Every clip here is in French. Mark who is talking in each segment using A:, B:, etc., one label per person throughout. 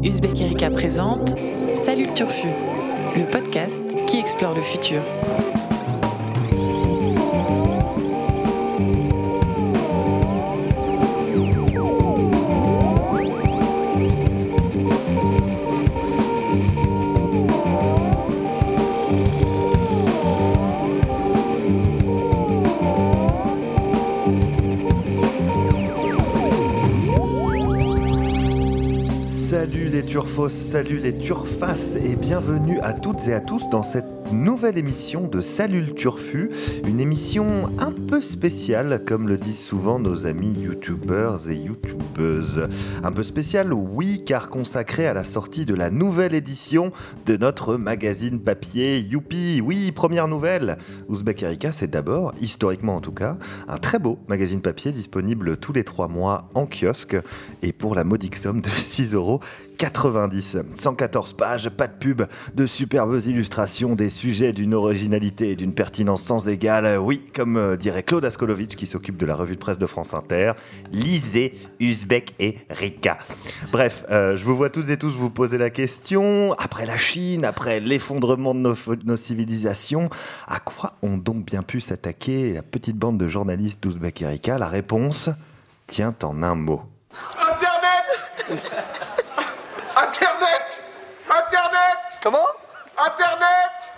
A: Uzbek Erika présente Salut le Turfu, le podcast qui explore le futur.
B: Salut les turfos, salut les turfasses et bienvenue à toutes et à tous dans cette nouvelle émission de Salut le Turfu, une émission un peu spéciale comme le disent souvent nos amis youtubeurs et youtubeuses. Un peu spéciale, oui, car consacrée à la sortie de la nouvelle édition de notre magazine papier Youpi. Oui, première nouvelle. Uzbek Erika, c'est d'abord, historiquement en tout cas, un très beau magazine papier disponible tous les 3 mois en kiosque et pour la modique somme de 6,90 €. 114 pages, pas de pub, de superbes illustrations, des sujets d'une originalité et d'une pertinence sans égale. Oui, comme dirait Claude Askolovitch qui s'occupe de la revue de presse de France Inter, lisez Uzbek Erika. Bref, je vous vois toutes et tous vous poser la question, après la Chine, après l'effondrement de nos civilisations, à quoi ont donc bien pu s'attaquer la petite bande de journalistes d'Uzbek Erika ? La réponse tient en un mot.
C: Internet.
D: Comment ?
C: Internet.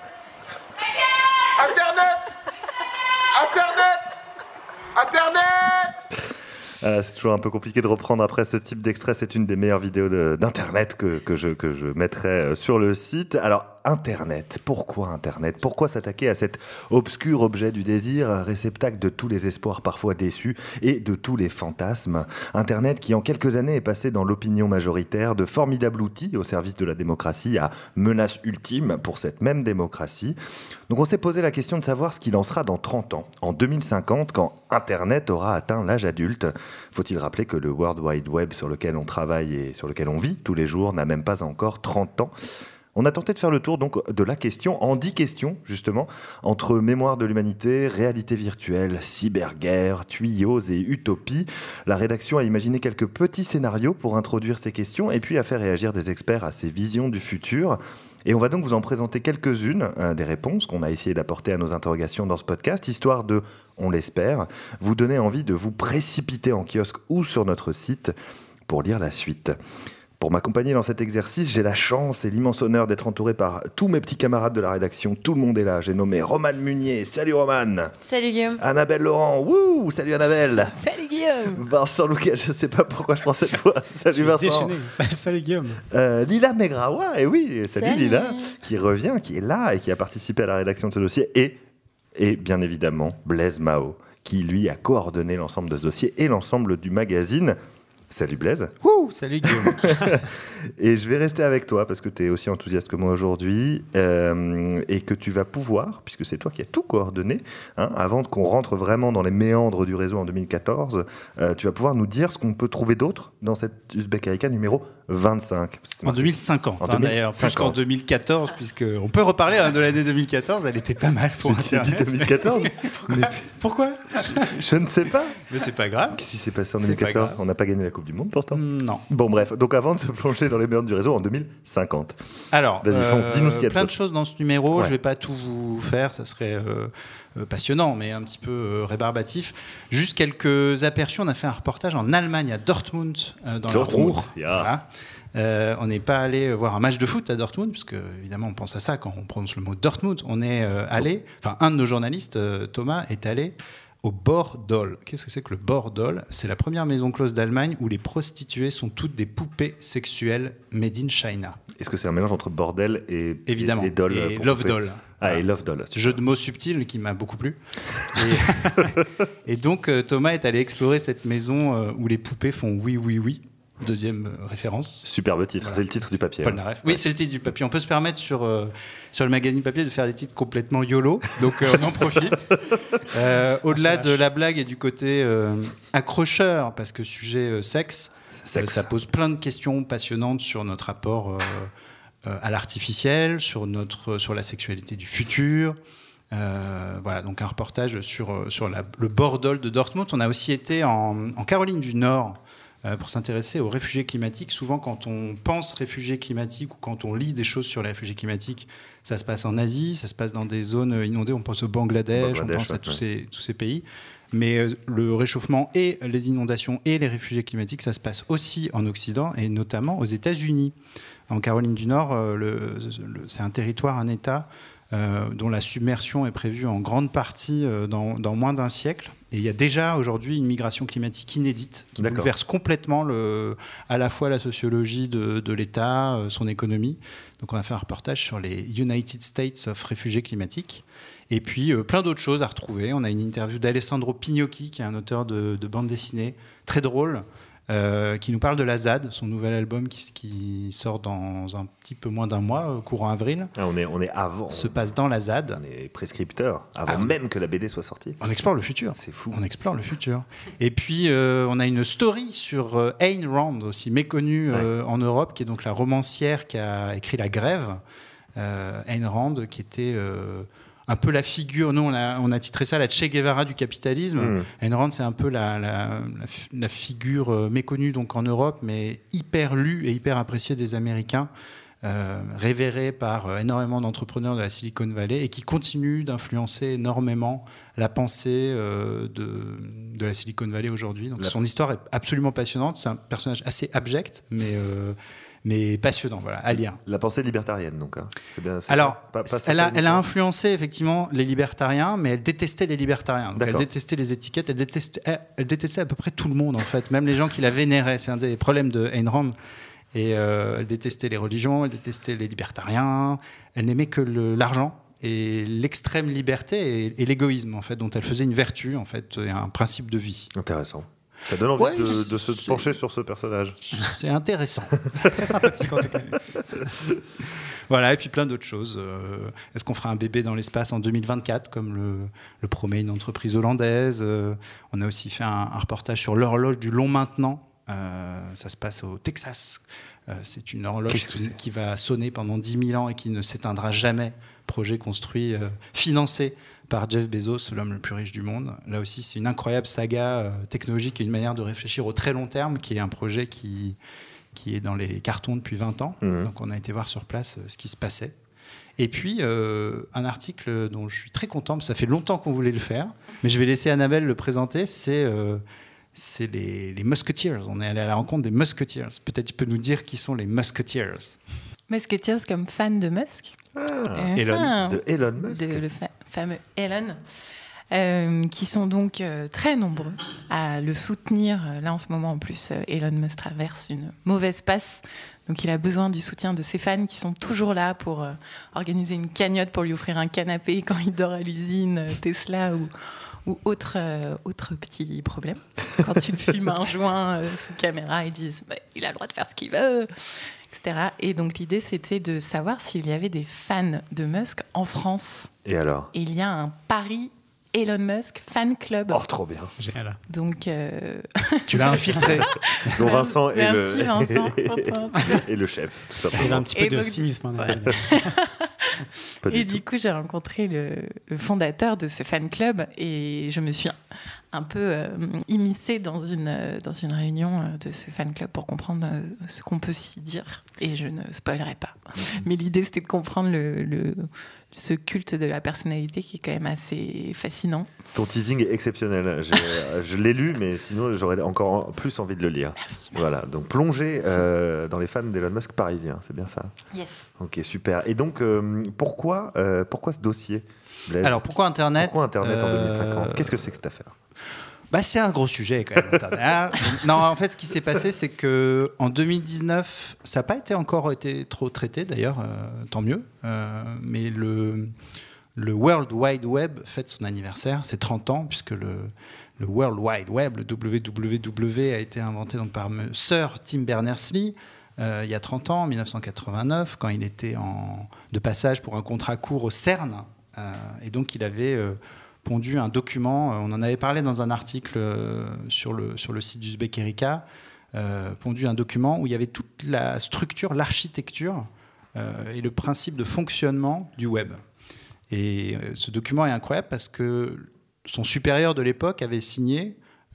B: C'est toujours un peu compliqué de reprendre après ce type d'extrait. C'est une des meilleures vidéos d'Internet que je mettrai sur le site. Alors, Internet, pourquoi Internet ? Pourquoi s'attaquer à cet obscur objet du désir, réceptacle de tous les espoirs parfois déçus et de tous les fantasmes ? Internet qui en quelques années est passé dans l'opinion majoritaire de formidable outil au service de la démocratie à menace ultime pour cette même démocratie. Donc on s'est posé la question de savoir ce qu'il en sera dans 30 ans, en 2050, quand Internet aura atteint l'âge adulte. Faut-il rappeler que le World Wide Web sur lequel on travaille et sur lequel on vit tous les jours n'a même pas encore 30 ans. On a tenté de faire le tour donc de la question, en 10 questions justement, entre mémoire de l'humanité, réalité virtuelle, cyberguerre, tuyaux et utopie. La rédaction a imaginé quelques petits scénarios pour introduire ces questions et puis a fait réagir des experts à ces visions du futur. Et on va donc vous en présenter quelques-unes des réponses qu'on a essayé d'apporter à nos interrogations dans ce podcast, histoire de, on l'espère, vous donner envie de vous précipiter en kiosque ou sur notre site pour lire la suite. Pour m'accompagner dans cet exercice, j'ai la chance et l'immense honneur d'être entouré par tous mes petits camarades de la rédaction. Tout le monde est là. J'ai nommé Romane Munier. Salut Romane.
E: Salut Guillaume.
B: Annabelle Laurent. Wouh. Salut Annabelle.
E: Salut Guillaume.
B: Vincent Louquet, je ne sais pas pourquoi je prends cette voix. Salut Vincent.
F: Salut Guillaume.
B: Lila Megrawa. Et oui, salut Lila, qui revient, qui est là et qui a participé à la rédaction de ce dossier. Et bien évidemment, Blaise Mao, qui lui a coordonné l'ensemble de ce dossier et l'ensemble du magazine. Salut Blaise.
F: Salut Guillaume.
B: Et je vais rester avec toi parce que tu es aussi enthousiaste que moi aujourd'hui et que tu vas pouvoir, puisque c'est toi qui as tout coordonné, avant qu'on rentre vraiment dans les méandres du réseau en 2014, tu vas pouvoir nous dire ce qu'on peut trouver d'autre dans cette Uzbek Erika numéro 25.
F: En 2050, d'ailleurs, plus qu'en 2014, puisqu'on peut reparler de l'année 2014, elle était pas mal pour Internet.
B: J'ai dit 2014
F: Pourquoi
B: Je ne sais pas.
F: Mais c'est pas grave.
B: Qu'est-ce qui s'est passé en 2014 ? On n'a pas gagné la Coupe du Monde pourtant.
F: Non.
B: Bon bref, donc avant de se plonger dans les méandres du réseau en 2050.
F: Alors,
B: vas-y, fonce, dis-nous ce qu'il y a de
F: plein de choses dans ce numéro,
B: ouais.
F: Je vais pas tout vous faire, ça serait passionnant, mais un petit peu rébarbatif. Juste quelques aperçus, on a fait un reportage en Allemagne, à Dortmund, dans le Ruhr.
B: Yeah.
F: Voilà. On n'est pas allé voir un match de foot à Dortmund, puisque évidemment on pense à ça quand on prononce le mot Dortmund. On est allé, un de nos journalistes, Thomas, est allé au Bordel. Qu'est-ce que c'est que le Bordel ? C'est la première maison close d'Allemagne où les prostituées sont toutes des poupées sexuelles made in China.
B: Est-ce que c'est un mélange entre bordel et
F: évidemment,
B: et doll
F: et love doll.
B: Et love doll.
F: Jeu de mots subtil qui m'a beaucoup plu. Et donc Thomas est allé explorer cette maison où les poupées font oui, oui, oui. Deuxième référence.
B: Superbe titre, voilà. C'est le titre du papier.
F: Paul Naref. Oui, c'est le titre du papier. On peut se permettre sur le magazine papier de faire des titres complètement YOLO, donc on en profite. Au-delà de la blague et du côté accrocheur, parce que sujet sexe, ça pose plein de questions passionnantes sur notre rapport à l'artificiel, sur la sexualité du futur. Voilà, donc un reportage sur le Bordel de Dortmund. On a aussi été en Caroline du Nord, pour s'intéresser aux réfugiés climatiques. Souvent, quand on pense réfugiés climatiques ou quand on lit des choses sur les réfugiés climatiques, ça se passe en Asie, ça se passe dans des zones inondées. On pense au Bangladesh, on pense à tous ces pays. Mais le réchauffement et les inondations et les réfugiés climatiques, ça se passe aussi en Occident et notamment aux États-Unis. En Caroline du Nord, c'est un territoire, un État dont la submersion est prévue en grande partie dans moins d'un siècle. Et il y a déjà aujourd'hui une migration climatique inédite qui bouleverse complètement à la fois la sociologie de l'État, son économie. Donc on a fait un reportage sur les United States of Réfugiés climatiques. Et puis plein d'autres choses à retrouver. On a une interview d'Alessandro Pignocchi, qui est un auteur de bande dessinée très drôle, qui nous parle de la ZAD, son nouvel album qui sort dans un petit peu moins d'un mois, courant avril.
B: Ah, on est avant.
F: Se passe dans la ZAD.
B: On est prescripteur, avant même que la BD soit sortie.
F: On explore le futur.
B: C'est fou.
F: On explore le futur. Et puis, on a une story sur Ayn Rand, aussi méconnue en Europe, qui est donc la romancière qui a écrit La Grève. Ayn Rand, qui était... un peu la figure, nous on a titré ça la Che Guevara du capitalisme. Ayn Rand, c'est un peu la figure méconnue donc en Europe, mais hyper lue et hyper appréciée des Américains, révérée par énormément d'entrepreneurs de la Silicon Valley et qui continue d'influencer énormément la pensée de la Silicon Valley aujourd'hui. Donc son histoire est absolument passionnante. C'est un personnage assez abject, mais passionnant, voilà, à lire.
B: La pensée libertarienne, donc. Hein. C'est bien,
F: alors, elle a influencé effectivement les libertariens, mais elle détestait les libertariens. Donc elle détestait les étiquettes, elle détestait à peu près tout le monde, en fait, même les gens qui la vénéraient. C'est un des problèmes de Ayn Rand. Et elle détestait les religions, elle détestait les libertariens, elle n'aimait que l'argent et l'extrême liberté et l'égoïsme, en fait, dont elle faisait une vertu, en fait, et un principe de vie.
B: Intéressant. Ça donne envie de se pencher sur ce personnage.
F: C'est intéressant.
E: Très sympathique en tout cas.
F: Voilà, et puis plein d'autres choses. Est-ce qu'on fera un bébé dans l'espace en 2024, comme le promet une entreprise hollandaise? On a aussi fait un reportage sur l'horloge du long maintenant. Ça se passe au Texas. C'est une horloge qui va sonner pendant 10 000 ans et qui ne s'éteindra jamais. Projet construit, financé par Jeff Bezos, l'homme le plus riche du monde. Là aussi, c'est une incroyable saga technologique et une manière de réfléchir au très long terme, qui est un projet qui est dans les cartons depuis 20 ans. Donc on a été voir sur place ce qui se passait. Et puis, un article dont je suis très content, ça fait longtemps qu'on voulait le faire, mais je vais laisser Annabelle le présenter, c'est les Musketeers. On est allé à la rencontre des Musketeers. Peut-être tu peux nous dire qui sont les Musketeers.
A: Musketeers comme fan de Musk.
F: Elon.
B: De Elon Musk.
A: Le fameux Elon. Qui sont donc très nombreux à le soutenir. Là, en ce moment, en plus, Elon Musk traverse une mauvaise passe. Donc, il a besoin du soutien de ses fans qui sont toujours là pour organiser une cagnotte pour lui offrir un canapé quand il dort à l'usine Tesla ou autre petit problème. Quand il fume un joint sous caméra, ils disent il a le droit de faire ce qu'il veut, etc. Et donc l'idée, c'était de savoir s'il y avait des fans de Musk en France.
B: Et alors ?
A: Et il y a un Paris Elon Musk fan club.
B: Oh, trop bien.
E: Génial.
A: Donc
F: tu l'as infiltré.
B: Dont Vincent
A: Merci, Vincent,
B: et le chef, tout
E: Il y
B: simplement.
E: a un petit peu
A: Et
E: de
A: donc,
E: cynisme.
A: Et du coup, j'ai rencontré le fondateur de ce fan club et je me suis un peu immiscée dans une réunion de ce fan club pour comprendre ce qu'on peut s'y dire. Et je ne spoilerai pas. Mais l'idée, c'était de comprendre ce culte de la personnalité qui est quand même assez fascinant.
B: Ton teasing est exceptionnel. Je l'ai lu, mais sinon, j'aurais encore plus envie de le lire.
A: Merci.
B: Voilà, donc plongez dans les fans d'Elon Musk parisiens, c'est bien ça ?
A: Yes.
B: Ok, super. Et donc, pourquoi ce dossier, Blaise ?
F: Alors, pourquoi Internet ?
B: Pourquoi Internet en 2050 ? Qu'est-ce que c'est que cette affaire ?
F: C'est un gros sujet quand même, Internet. Non, en fait, ce qui s'est passé, c'est qu'en 2019, ça n'a pas encore été trop traité, d'ailleurs, tant mieux. Mais le World Wide Web fête son anniversaire, c'est 30 ans, puisque le World Wide Web, le WWW, a été inventé donc, par Sir Tim Berners-Lee il y a 30 ans, en 1989, quand il était de passage pour un contrat court au CERN. Et donc, il avait... pondu un document, on en avait parlé dans un article sur le site d'Uzbek Erika, pondu un document où il y avait toute la structure, l'architecture et le principe de fonctionnement du web. Et ce document est incroyable parce que son supérieur de l'époque avait signé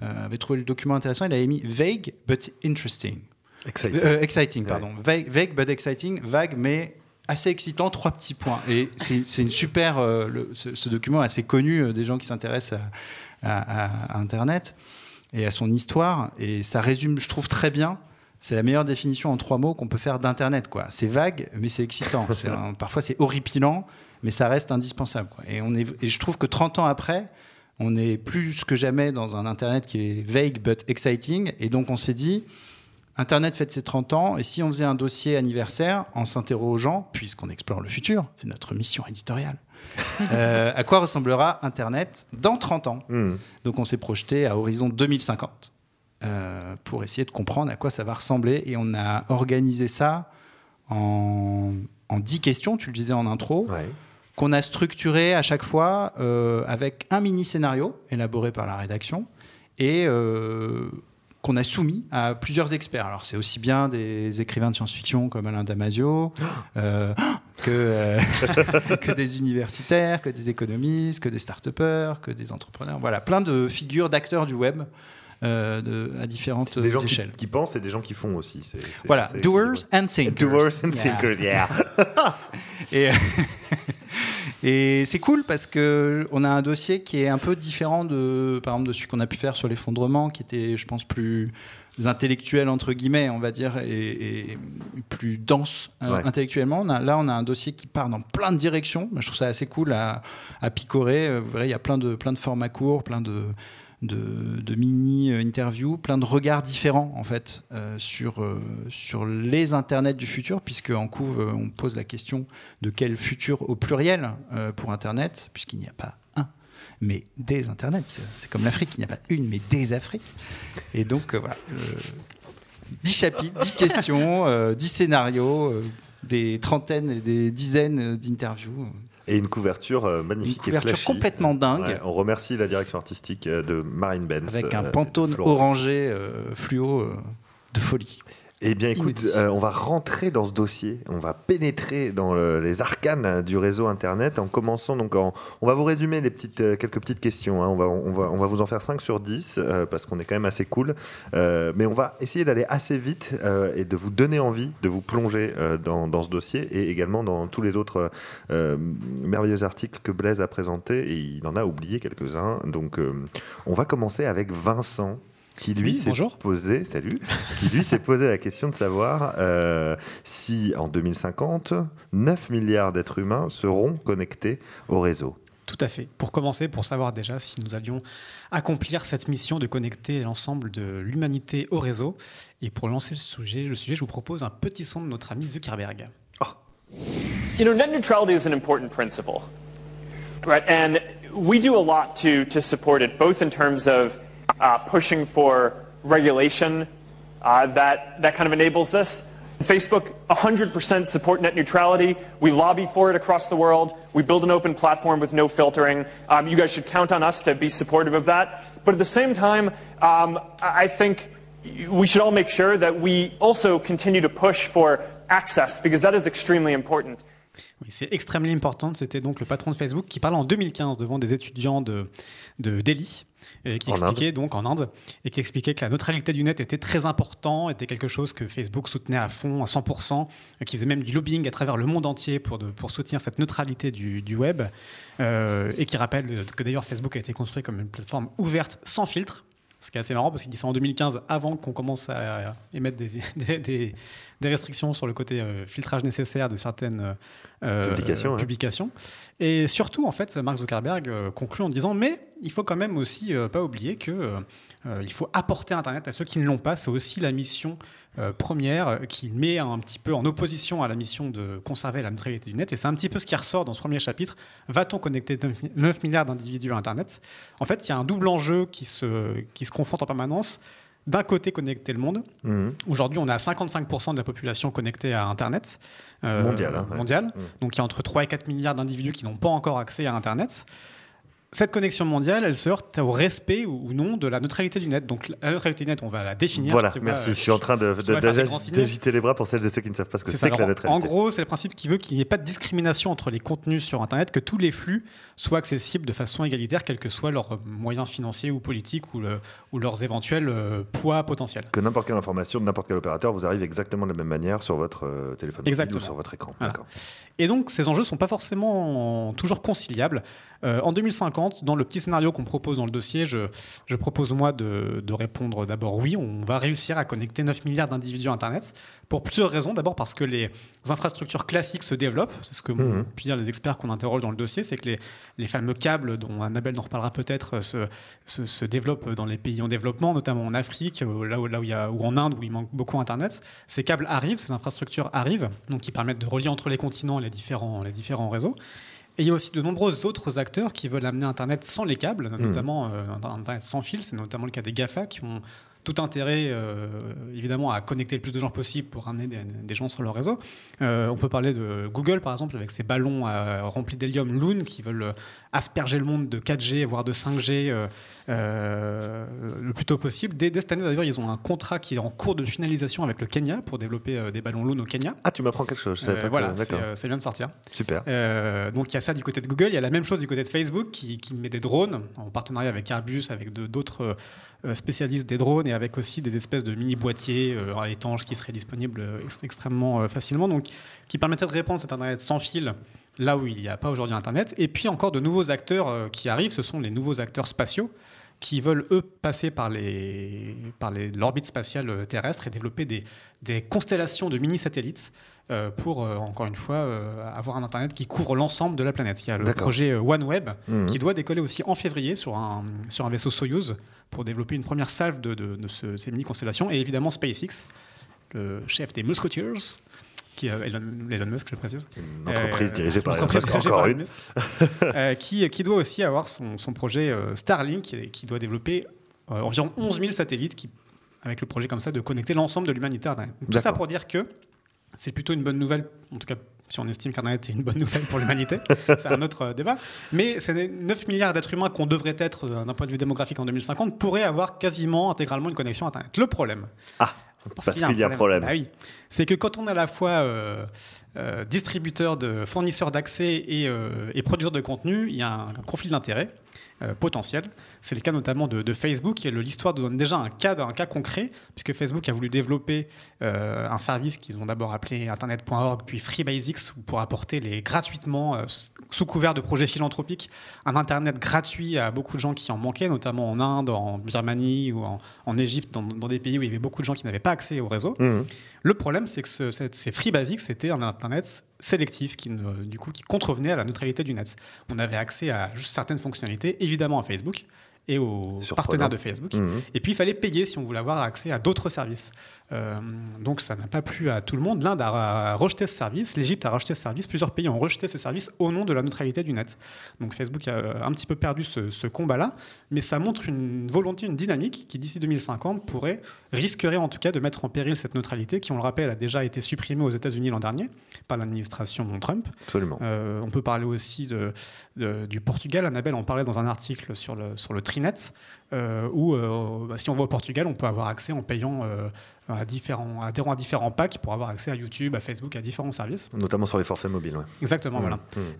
F: avait trouvé le document intéressant. Il avait mis vague but interesting. Exciting, pardon.
B: Ouais.
F: Vague but exciting, vague mais assez excitant, 3 petits points. Et c'est une super. Ce document est assez connu des gens qui s'intéressent à Internet et à son histoire. Et ça résume, je trouve, très bien. C'est la meilleure définition en 3 mots qu'on peut faire d'Internet, quoi. C'est vague, mais c'est excitant. Parfois, c'est horripilant, mais ça reste indispensable, quoi. Et je trouve que 30 ans après, on est plus que jamais dans un Internet qui est vague but exciting. Et donc, on s'est dit, Internet fête ses 30 ans, et si on faisait un dossier anniversaire en s'interrogeant, puisqu'on explore le futur, c'est notre mission éditoriale, à quoi ressemblera Internet dans 30 ans ? Donc, on s'est projeté à horizon 2050. Pour essayer de comprendre à quoi ça va ressembler. Et on a organisé ça en 10 questions, tu le disais en intro, qu'on a structuré à chaque fois avec un mini-scénario élaboré par la rédaction et qu'on a soumis à plusieurs experts. Alors, c'est aussi bien des écrivains de science-fiction comme Alain Damasio, que des universitaires, que des économistes, que des start-upers, que des entrepreneurs. Voilà, plein de figures d'acteurs du web à différentes
B: des gens
F: échelles.
B: Qui pensent et des gens qui font aussi.
F: Voilà, doers and thinkers.
B: Doers and thinkers, yeah.
F: Et c'est cool parce qu'on a un dossier qui est un peu différent par exemple, de celui qu'on a pu faire sur l'effondrement, qui était, je pense, plus intellectuel, entre guillemets, on va dire, et plus dense intellectuellement. Là, on a un dossier qui part dans plein de directions. Je trouve ça assez cool à picorer. Vous verrez, il y a plein de formats courts, plein de mini-interviews, plein de regards différents en fait sur les internets du futur, puisque en couve on pose la question de quel futur au pluriel pour Internet, puisqu'il n'y a pas un mais des internets, c'est comme l'Afrique, il n'y a pas une mais des Afriques, et donc voilà, 10 chapitres, 10 questions, 10 scénarios, des trentaines et des dizaines d'interviews.
B: Et une couverture magnifique,
F: une couverture
B: et flashy.
F: complètement dingue.
B: Ouais, on remercie la direction artistique de Marine Benz.
F: Avec un Pantone orangé fluo de folie.
B: Eh bien, écoute, on va rentrer dans ce dossier, on va pénétrer dans les arcanes du réseau Internet en commençant donc on va vous résumer quelques petites questions, hein. On va vous en faire 5 sur 10 parce qu'on est quand même assez cool, mais on va essayer d'aller assez vite et de vous donner envie de vous plonger dans ce dossier et également dans tous les autres merveilleux articles que Blaise a présentés, et il en a oublié quelques-uns. Donc on va commencer avec Vincent, qui lui s'est posé la question de savoir si en 2050, 9 milliards d'êtres humains seront connectés au réseau.
E: Tout à fait. Pour commencer, pour savoir déjà si nous allions accomplir cette mission de connecter l'ensemble de l'humanité au réseau. Et pour lancer le sujet, je vous propose un petit son de notre ami Zuckerberg.
G: You know, net neutrality is an important principle, right? And we do a lot to support it, both in terms of pushing for regulation that kind of enables this. Facebook 100% support net neutrality. We lobby for it across the world. We build an open platform with no filtering. You guys should count on us to be supportive of that. But at the same time, I think we should all make sure that we also continue to push for access, because that is extremely important.
E: Oui, c'est extrêmement important. C'était donc le patron de Facebook qui parlait en 2015 devant des étudiants de Delhi, et qui expliquait donc en Inde, et qui expliquait que la neutralité du net était très important, était quelque chose que Facebook soutenait à fond, à 100%, qui faisait même du lobbying à travers le monde entier pour soutenir cette neutralité du web, et qui rappelle que d'ailleurs Facebook a été construit comme une plateforme ouverte sans filtre. Ce qui est assez marrant parce qu'il dit ça en 2015, avant qu'on commence à émettre des restrictions sur le côté filtrage nécessaire de certaines publications. Et surtout, en fait, Mark Zuckerberg conclut en disant « Mais il faut quand même aussi pas oublier qu'il faut apporter Internet à ceux qui ne l'ont pas. C'est aussi la mission première qui met un petit peu en opposition à la mission de conserver la neutralité du net. Et c'est un petit peu ce qui ressort dans ce premier chapitre. Va-t-on connecter 9 milliards d'individus à Internet ? En fait, il y a un double enjeu qui se confronte en permanence. D'un côté, connecter le monde. Aujourd'hui, on a 55% de la population connectée à Internet.
B: Mondial.
E: Donc, il y a entre 3 et 4 milliards d'individus qui n'ont pas encore accès à Internet. cette connexion mondiale, elle se heurte au respect ou non de la neutralité du net. Donc la neutralité du net, on va la définir.
B: Voilà, merci. Je suis en train d'agiter les bras pour celles et ceux qui ne savent pas ce que c'est que la neutralité.
E: En gros, c'est le principe qui veut qu'il n'y ait pas de discrimination entre les contenus sur Internet, que tous les flux soient accessibles de façon égalitaire, quels que soient leurs moyens financiers ou politiques ou leurs éventuels poids potentiels.
B: Que n'importe quelle information de n'importe quel opérateur vous arrive exactement de la même manière sur votre téléphone mobile ou sur votre écran.
E: Voilà. Et donc, ces enjeux ne sont pas forcément toujours conciliables. En 2050, dans le petit scénario qu'on propose dans le dossier, je propose moi de répondre d'abord oui, on va réussir à connecter 9 milliards d'individus à Internet pour plusieurs raisons. D'abord parce que les infrastructures classiques se développent, c'est ce que puis dire les experts qu'on interroge dans le dossier, c'est que les fameux câbles dont Annabelle en reparlera peut-être se développent dans les pays en développement, notamment en Afrique, ou en Inde où il manque beaucoup Internet. Ces câbles arrivent, ces infrastructures arrivent, donc qui permettent de relier entre les continents les différents réseaux. Et il y a aussi de nombreux autres acteurs qui veulent amener Internet sans les câbles, notamment Internet sans fil. C'est notamment le cas des GAFA qui ont tout intérêt, évidemment, à connecter le plus de gens possible pour ramener des gens sur leur réseau. On peut parler de Google, par exemple, avec ses ballons remplis d'hélium Loon qui veulent asperger le monde de 4G, voire de 5G le plus tôt possible. Dès cette année, d'ailleurs, ils ont un contrat qui est en cours de finalisation avec le Kenya pour développer des ballons Loon au Kenya.
B: Ah, tu m'apprends quelque chose. Je savais pas
E: voilà, ça vient de sortir.
B: Super.
E: Donc, il y a ça du côté de Google. Il y a la même chose du côté de Facebook qui met des drones en partenariat avec Airbus, avec d'autres spécialistes des drones et avec aussi des espèces de mini-boîtiers étanches qui seraient disponibles extrêmement facilement, donc qui permettraient de répondre à cet Internet sans fil là où il n'y a pas aujourd'hui Internet. Et puis encore de nouveaux acteurs qui arrivent, ce sont les nouveaux acteurs spatiaux qui veulent, eux, passer par l'orbite spatiale terrestre et développer des constellations de mini-satellites pour, encore une fois, avoir un Internet qui couvre l'ensemble de la planète. Il y a le projet OneWeb qui doit décoller aussi en février sur un vaisseau Soyuz pour développer une première salve de ces mini-constellations. Et évidemment, SpaceX, le chef des Musketeers, qui Elon Musk, je précise.
B: Une entreprise dirigée par Elon Musk, encore une.
E: Qui doit aussi avoir son projet Starlink, qui doit développer environ 11 000 satellites avec le projet comme ça de connecter l'ensemble de l'humanité à Internet. Tout ça pour dire que c'est plutôt une bonne nouvelle, en tout cas si on estime qu'Internet est une bonne nouvelle pour l'humanité, c'est un autre débat. Mais ces 9 milliards d'êtres humains qu'on devrait être d'un point de vue démographique en 2050 pourraient avoir quasiment intégralement une connexion à Internet. Le problème...
B: Parce qu'il y a un problème.
E: Bah oui. C'est que quand on est à la fois distributeur, fournisseur d'accès et producteur de contenu, il y a un conflit d'intérêts potentiel. C'est le cas notamment de Facebook. L'histoire donne déjà un cas concret, puisque Facebook a voulu développer un service qu'ils ont d'abord appelé Internet.org, puis FreeBasics, pour apporter gratuitement, sous couvert de projets philanthropiques, un Internet gratuit à beaucoup de gens qui en manquaient, notamment en Inde, en Birmanie ou en Égypte, dans des pays où il y avait beaucoup de gens qui n'avaient pas accès au réseau. Le problème, c'est que ces FreeBasics, c'était un Internet sélectif qui contrevenait à la neutralité du net. On avait accès à juste certaines fonctionnalités, évidemment à Facebook et aux partenaires de Facebook. Et puis, il fallait payer si on voulait avoir accès à d'autres services. Donc, ça n'a pas plu à tout le monde. L'Inde a rejeté ce service, l'Égypte a rejeté ce service, plusieurs pays ont rejeté ce service au nom de la neutralité du net. Donc, Facebook a un petit peu perdu ce combat-là, mais ça montre une volonté, une dynamique qui, d'ici 2050, risquerait en tout cas de mettre en péril cette neutralité qui, on le rappelle, a déjà été supprimée aux États-Unis l'an dernier par l'administration Trump.
B: Absolument.
E: On peut parler aussi du Portugal. Annabelle en parlait dans un article sur le Trinet, où si on va au Portugal, on peut avoir accès en payant adhérents à différents packs pour avoir accès à YouTube, à Facebook, à différents services.
B: Notamment sur les forfaits mobiles. Ouais.
E: Exactement, voilà.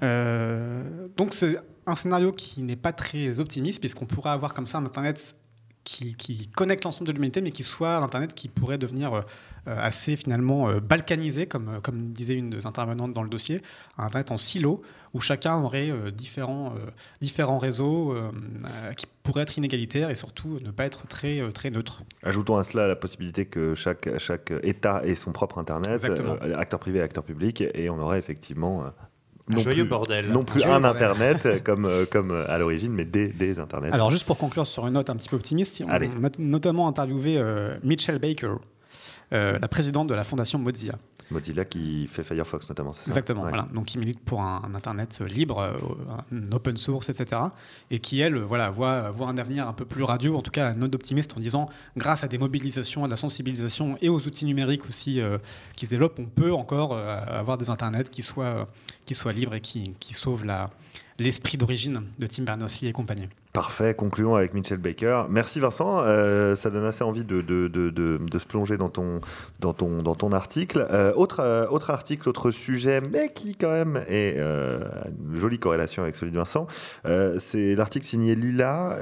E: Donc c'est un scénario qui n'est pas très optimiste, puisqu'on pourrait avoir comme ça un Internet qui connecte l'ensemble de l'humanité, mais qui soit un Internet qui pourrait devenir assez finalement balkanisé, comme disait une des intervenantes dans le dossier, un Internet en silo, où chacun aurait différents réseaux qui pourraient être inégalitaires et surtout ne pas être très, très neutres.
B: Ajoutons à cela la possibilité que chaque État ait son propre Internet, acteur privé et acteur public, et on aurait effectivement...
F: un joyeux bordel.
B: Non plus un Internet comme à l'origine, mais des Internets.
E: Alors juste pour conclure sur une note un petit peu optimiste, on a notamment interviewé Mitchell Baker, la présidente de la fondation Mozilla.
B: Mozilla qui fait Firefox notamment, c'est ça ?
E: Exactement, voilà. Donc qui milite pour un Internet libre, un open source, etc. Et qui, elle, voit un avenir un peu plus radieux, en tout cas un note d'optimiste, en disant, grâce à des mobilisations, à de la sensibilisation et aux outils numériques aussi qui se développent, on peut encore avoir des Internets qui soient libres et qui sauvent l'esprit d'origine de Tim Berners-Lee et compagnie.
B: Parfait, concluons avec Mitchell Baker. Merci Vincent, ça donne assez envie de se plonger dans ton article. Autre article, autre sujet, mais qui quand même est une jolie corrélation avec celui de Vincent, c'est l'article signé Lila,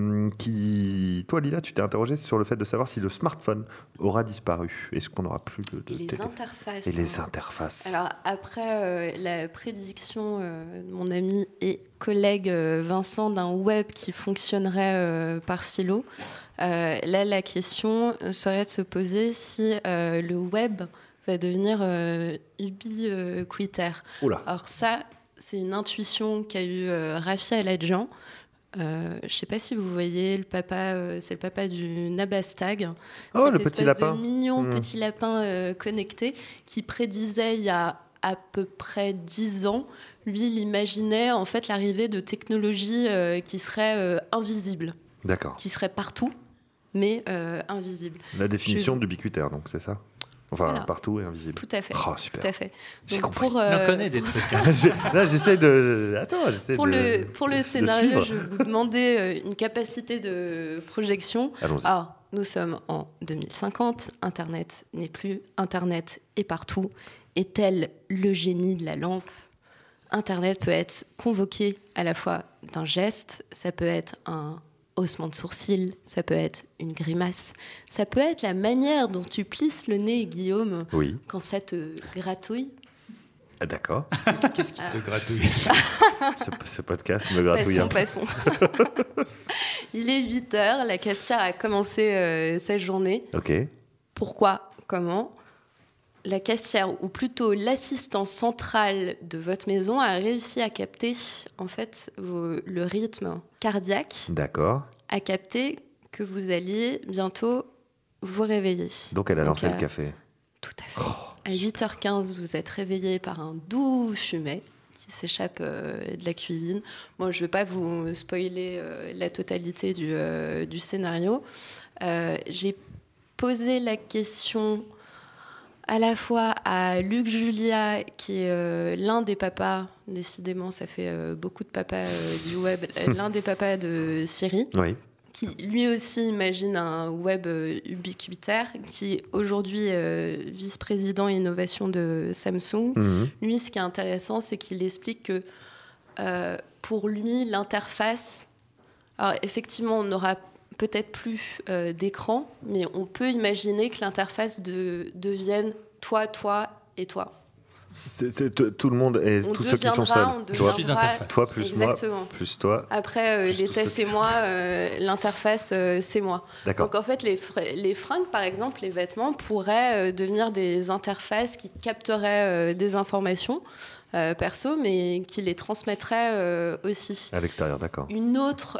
B: toi Lila, tu t'es interrogée sur le fait de savoir si le smartphone aura disparu. Est-ce qu'on n'aura plus de
H: les interfaces.
B: Et les interfaces.
H: Alors après la prédiction de mon ami et collègue Vincent d'un web qui fonctionnerait par silo, là la question serait de se poser si le web va devenir ubiquitaire. Alors ça, c'est une intuition qu'a eu Rafi Aladjian. Je ne sais pas si vous voyez, c'est le papa du Nabastag.
B: Oh,
H: cette
B: le petit lapin.
H: De mignon petit lapin connecté qui prédisait il y a à peu près 10 ans, lui, il imaginait en fait l'arrivée de technologies qui seraient invisibles.
B: D'accord.
H: Qui seraient partout, mais invisibles.
B: La définition d'ubiquitaire, donc, c'est ça ? Enfin,
H: voilà.
B: Partout et invisible.
H: Tout à fait.
B: Oh, super.
H: Tout à fait.
B: J'ai
H: donc,
B: compris.
F: On connaît des trucs.
B: Là, j'essaie de... Attends, j'essaie
H: pour
B: de...
H: Pour le scénario, je vais vous demander une capacité de projection.
B: Allons-y.
H: Alors, nous sommes en 2050. Internet n'est plus. Internet est partout. Et tel le génie de la lampe, Internet peut être convoqué à la fois d'un geste, ça peut être un haussement de sourcil, ça peut être une grimace, ça peut être la manière dont tu plisses le nez, Guillaume, quand ça te gratouille.
B: Ah, d'accord.
F: Qu'est-ce qui te gratouille ?
B: ce podcast me gratouille un peu.
H: Passons. Il est 8h, la cafetière a commencé sa journée.
B: Ok.
H: Pourquoi ? Comment ? La cafetière, ou plutôt l'assistance centrale de votre maison, a réussi à capter en fait le rythme cardiaque.
B: D'accord.
H: A capté que vous alliez bientôt vous réveiller.
B: Donc elle a lancé le café.
H: Tout à fait. À 8h15, vous êtes réveillé par un doux fumet qui s'échappe de la cuisine. Moi, je ne vais pas vous spoiler la totalité du scénario. J'ai posé la question à la fois à Luc Julia, qui est l'un des papas, décidément ça fait beaucoup de papas du web, l'un des papas de Siri, qui lui aussi imagine un web ubiquitaire, qui est aujourd'hui vice-président innovation de Samsung. Lui, ce qui est intéressant, c'est qu'il explique que pour lui, l'interface, alors effectivement, on n'aura peut-être plus d'écran, mais on peut imaginer que l'interface devienne toi et toi.
B: Tout le monde et tous ceux qui sont seuls. Toi plus
H: exactement.
B: Moi plus toi.
H: Après, les tests et moi, l'interface, c'est moi.
B: D'accord.
H: Donc en fait, les fringues, par exemple, les vêtements, pourraient devenir des interfaces qui capteraient des informations perso, mais qui les transmettraient aussi.
B: À l'extérieur, d'accord.
H: Une autre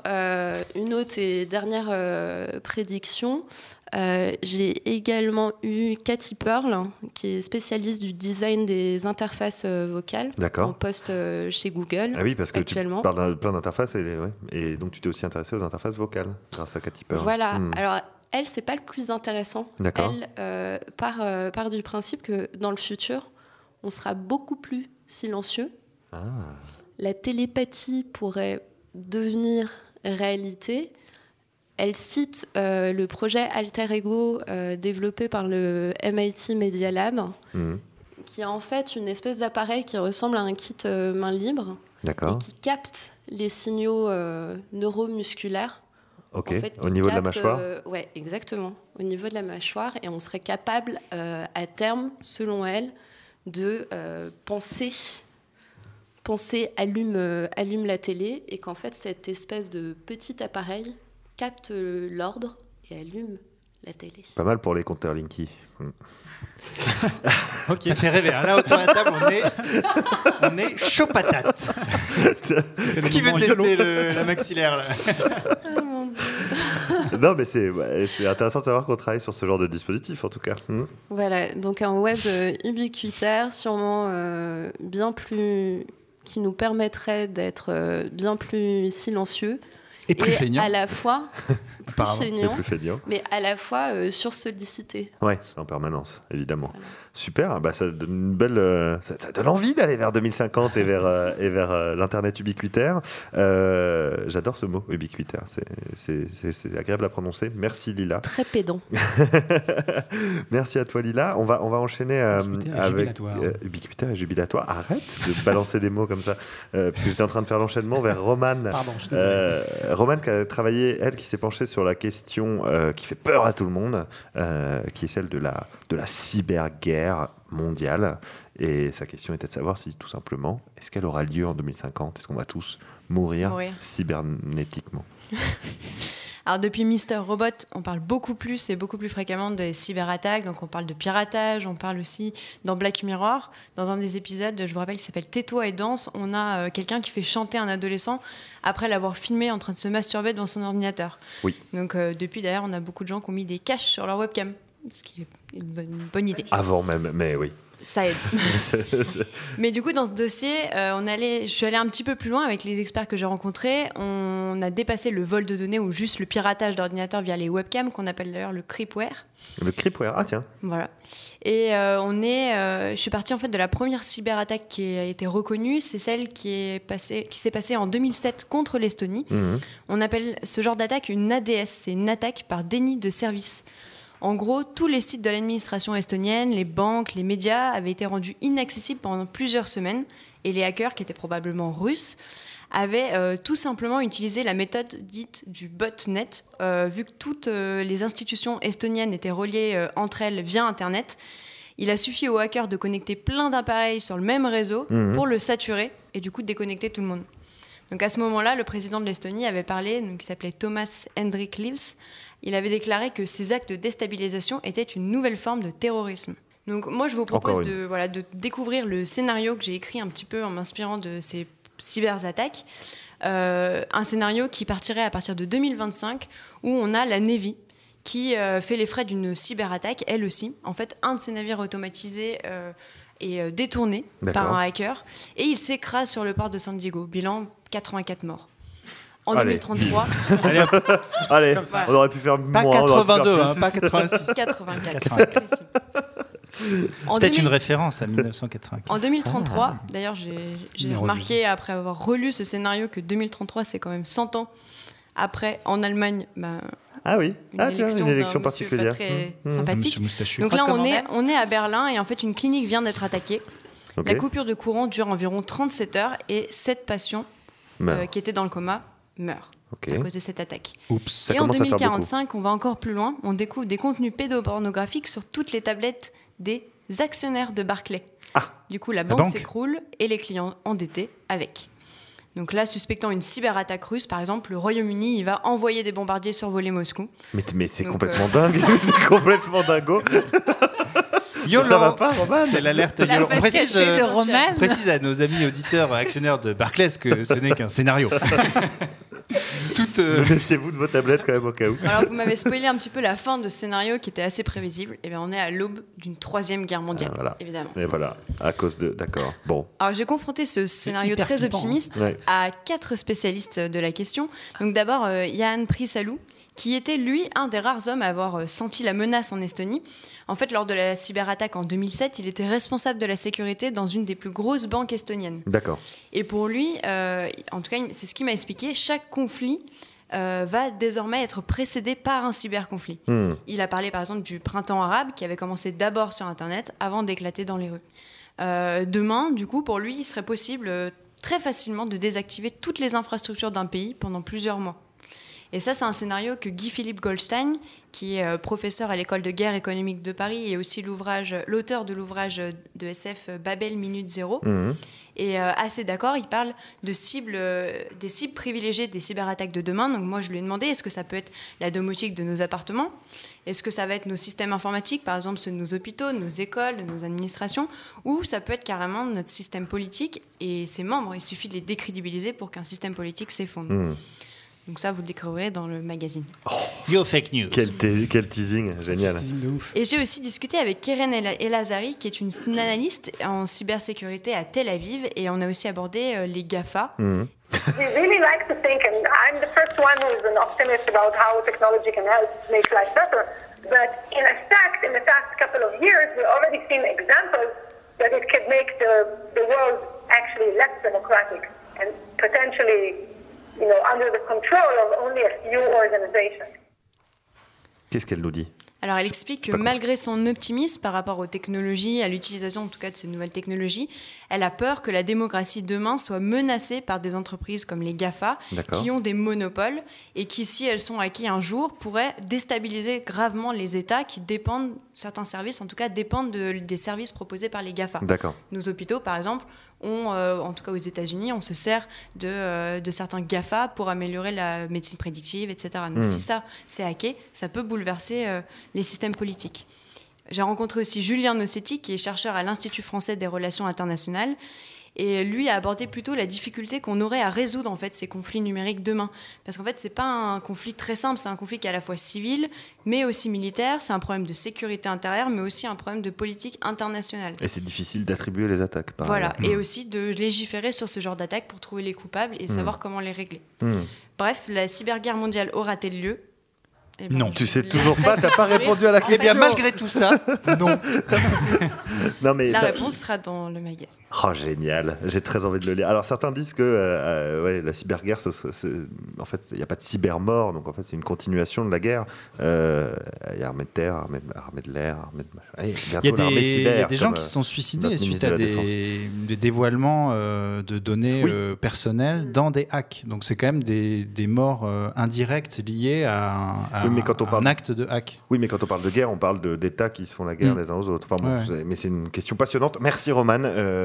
H: et dernière prédiction, j'ai également eu Cathy Pearl, qui est spécialiste du design des interfaces vocales.
B: D'accord.
H: En poste chez Google.
B: Ah oui, parce que
H: actuellement.
B: tu parles de plein d'interfaces et donc tu t'es aussi intéressé aux interfaces vocales grâce à Cathy Pearl.
H: Voilà. Alors, elle, c'est pas le plus intéressant.
B: D'accord.
H: Elle part du principe que dans le futur, on sera beaucoup plus silencieux.
B: Ah.
H: La télépathie pourrait devenir réalité. Elle cite le projet Alter Ego développé par le MIT Media Lab, qui est en fait une espèce d'appareil qui ressemble à un kit main libre et qui capte les signaux neuromusculaires.
B: Ok,
H: en fait,
B: au niveau de la mâchoire
H: Oui, exactement, au niveau de la mâchoire. Et on serait capable, à terme, selon elle, de penser allume la télé, et qu'en fait, cette espèce de petit appareil capte l'ordre et allume la télé.
B: Pas mal pour les compteurs Linky.
F: Okay. Ça fait rêver. Là, autour de la table, on est chaud patate. Qui veut tester la maxillaire là?
H: Oh mon Dieu.
B: Non, mais c'est intéressant de savoir qu'on travaille sur ce genre de dispositif, en tout cas.
H: Voilà, donc un web ubiquitaire, sûrement bien plus, qui nous permettrait d'être bien plus silencieux
F: Et plus feignant.
H: À la fois
B: plus feignant,
H: mais à la fois sursollicité.
B: Ouais, c'est en permanence, évidemment. Voilà. Super, bah ça donne une belle, ça donne envie d'aller vers 2050 et vers l'internet ubiquitaire. J'adore ce mot, ubiquitaire. C'est agréable à prononcer. Merci Lila.
H: Très pédant.
B: Merci à toi Lila. On va enchaîner avec ubiquitaire et jubilatoire. Arrête de balancer des mots comme ça, puisque j'étais en train de faire l'enchaînement vers Romane.
E: Pardon, je suis désolé.
B: Romane qui a travaillé, elle, qui s'est penchée sur la question qui fait peur à tout le monde, qui est celle de la cyberguerre mondiale. Et sa question était de savoir si, tout simplement, est-ce qu'elle aura lieu en 2050 ? Est-ce qu'on va tous mourir cybernétiquement ?
I: Alors depuis Mr. Robot, on parle beaucoup plus et beaucoup plus fréquemment des cyberattaques. Donc on parle de piratage, on parle aussi dans Black Mirror. Dans un des épisodes, je vous rappelle, qui s'appelle Tais-toi et danse, on a quelqu'un qui fait chanter un adolescent après l'avoir filmé en train de se masturber devant son ordinateur.
B: Oui.
I: Donc depuis d'ailleurs, on a beaucoup de gens qui ont mis des caches sur leur webcam, ce qui est une bonne idée.
B: Avant même, mais oui.
I: Ça aide. Mais du coup, dans ce dossier, je suis allée un petit peu plus loin avec les experts que j'ai rencontrés. On a dépassé le vol de données ou juste le piratage d'ordinateurs via les webcams, qu'on appelle d'ailleurs le creepware.
B: Le creepware, ah tiens.
I: Voilà. Et je suis partie en fait de la première cyberattaque qui a été reconnue. C'est celle qui s'est passée en 2007 contre l'Estonie. Mmh. On appelle ce genre d'attaque une ADS, c'est une attaque par déni de service. En gros, tous les sites de l'administration estonienne, les banques, les médias avaient été rendus inaccessibles pendant plusieurs semaines et les hackers, qui étaient probablement russes, avaient tout simplement utilisé la méthode dite du botnet. Vu que toutes les institutions estoniennes étaient reliées entre elles via Internet, il a suffi aux hackers de connecter plein d'appareils sur le même réseau pour le saturer et du coup déconnecter tout le monde. Donc à ce moment-là, le président de l'Estonie avait parlé, qui s'appelait Thomas Hendrik Livs. Il avait déclaré que ces actes de déstabilisation étaient une nouvelle forme de terrorisme. Donc moi, je vous propose de découvrir le scénario que j'ai écrit un petit peu en m'inspirant de ces cyberattaques. Un scénario qui partirait à partir de 2025, où on a la Navy qui fait les frais d'une cyberattaque, elle aussi. En fait, un de ses navires automatisés est détourné par un hacker et il s'écrase sur le port de San Diego. Bilan, 84 morts. En 2033.
B: Allez, on aurait pu faire
F: pas moins. 82, pas 86.
I: 84.
F: Peut-être une référence à 1984.
I: En 2033, d'ailleurs, j'ai remarqué, après avoir relu ce scénario, que 2033, c'est quand même 100 ans après, en Allemagne, une élection
B: particulière.
I: Pas très sympathique. Donc là, on est à Berlin et en fait, une clinique vient d'être attaquée. Okay. La coupure de courant dure environ 37 heures et 7 patients qui étaient dans le coma meurent à cause de cette attaque.
B: Oups,
I: et en 2045, on va encore plus loin. On découvre des contenus pédopornographiques sur toutes les tablettes des actionnaires de Barclays. Du coup, la banque s'écroule et les clients endettés avec. Donc là, suspectant une cyberattaque russe, par exemple, le Royaume-Uni, il va envoyer des bombardiers survoler Moscou.
B: Mais c'est complètement dingue. C'est complètement dingo.
F: YOLO.
B: Ça va pas, Roman ?
F: C'est l'alerte YOLO. On précise à nos amis auditeurs actionnaires de Barclays que ce n'est qu'un scénario.
B: Méfiez-vous de vos tablettes quand même au cas où.
I: Alors vous m'avez spoilé un petit peu la fin de ce scénario qui était assez prévisible. Et bien on est à l'aube d'une 3e guerre mondiale, évidemment.
B: Et voilà, à cause de... D'accord, bon.
I: Alors j'ai confronté ce scénario très optimiste à 4 spécialistes de la question. Donc d'abord Jan Prisalou, qui était lui un des rares hommes à avoir senti la menace en Estonie. En fait, lors de la cyberattaque en 2007, il était responsable de la sécurité dans une des plus grosses banques estoniennes.
B: D'accord.
I: Et pour lui, en tout cas, c'est ce qu'il m'a expliqué, chaque conflit va désormais être précédé par un cyberconflit. Il a parlé par exemple du printemps arabe qui avait commencé d'abord sur Internet avant d'éclater dans les rues. Demain, du coup, pour lui, il serait possible très facilement de désactiver toutes les infrastructures d'un pays pendant plusieurs mois. Et ça, c'est un scénario que Guy-Philippe Goldstein, qui est professeur à l'école de guerre économique de Paris et aussi l'auteur de l'ouvrage de SF Babel Minute Zéro, est assez d'accord. Il parle de des cibles privilégiées des cyberattaques de demain. Donc moi, je lui ai demandé, est-ce que ça peut être la domotique de nos appartements ? Est-ce que ça va être nos systèmes informatiques, par exemple ceux de nos hôpitaux, de nos écoles, de nos administrations ? Ou ça peut être carrément notre système politique et ses membres. Il suffit de les décrédibiliser pour qu'un système politique s'effondre. Donc ça, vous le découvrirez dans le magazine.
F: Yo fake news.
B: Quel teasing, génial.
E: Teasing de ouf.
I: Et j'ai aussi discuté avec Keren Elazari, qui est une analyste en cybersécurité à Tel Aviv. Et on a aussi abordé les GAFA.
J: we really like to think, and I'm the first one who is an optimist about how technology can help make life better. But in fact, in the past couple of years, we've already seen examples that it could make the world actually less democratic and potentially, under the control of only a few organizations.
B: Qu'est-ce qu'elle nous dit ?
I: Alors, elle explique que malgré son optimisme par rapport aux technologies, à l'utilisation en tout cas de ces nouvelles technologies, elle a peur que la démocratie demain soit menacée par des entreprises comme les GAFA, qui ont des monopoles et qui, si elles sont acquises un jour, pourraient déstabiliser gravement les États qui dépendent, certains services en tout cas, dépendent des services proposés par les GAFA.
B: D'accord.
I: Nos hôpitaux, par exemple, en tout cas aux États-Unis, on se sert de certains GAFA pour améliorer la médecine prédictive, etc. Donc si ça, c'est hacké, ça peut bouleverser les systèmes politiques. J'ai rencontré aussi Julien Nossetti, qui est chercheur à l'Institut français des relations internationales, et lui a abordé plutôt la difficulté qu'on aurait à résoudre en fait ces conflits numériques demain. Parce qu'en fait, c'est pas un conflit très simple, c'est un conflit qui est à la fois civil, mais aussi militaire, c'est un problème de sécurité intérieure, mais aussi un problème de politique internationale.
B: Et c'est difficile d'attribuer les attaques.
I: Voilà, et aussi de légiférer sur ce genre d'attaques pour trouver les coupables et savoir comment les régler. Bref, la cyberguerre mondiale aura-t-elle lieu ?
B: Non, tu sais toujours pas, t'as pas répondu à la question.
F: Eh bien, malgré tout ça, non.
B: Non, mais
I: la réponse sera dans le magazine.
B: Oh, génial, j'ai très envie de le lire. Alors, certains disent que la cyberguerre, en fait, il n'y a pas de cybermort, donc en fait, c'est une continuation de la guerre. Il y a armée de terre, armée de l'air, armée de machin. Il
F: y a des gens qui se sont suicidés suite à des dévoilements de données personnelles dans des hacks. Donc, c'est quand même des morts indirectes liées à un acte de hack.
B: Oui, mais quand on parle de guerre, on parle d'États qui se font la guerre les uns aux autres. Enfin, bon, mais c'est une question passionnante. Merci Roman.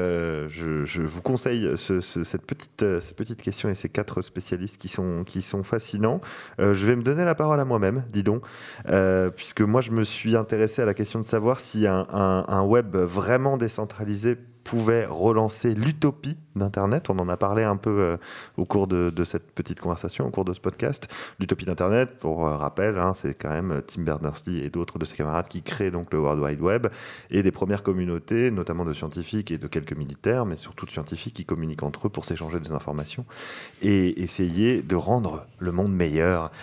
B: Je vous conseille cette petite question et ces 4 spécialistes qui sont fascinants. Je vais me donner la parole à moi-même, dis donc, puisque moi je me suis intéressé à la question de savoir si un web vraiment décentralisé pouvait relancer l'utopie d'Internet. On en a parlé un peu au cours de cette petite conversation, au cours de ce podcast. L'utopie d'Internet, pour rappel, c'est quand même Tim Berners-Lee et d'autres de ses camarades qui créent donc le World Wide Web et des premières communautés, notamment de scientifiques et de quelques militaires, mais surtout de scientifiques qui communiquent entre eux pour s'échanger des informations et essayer de rendre le monde meilleur.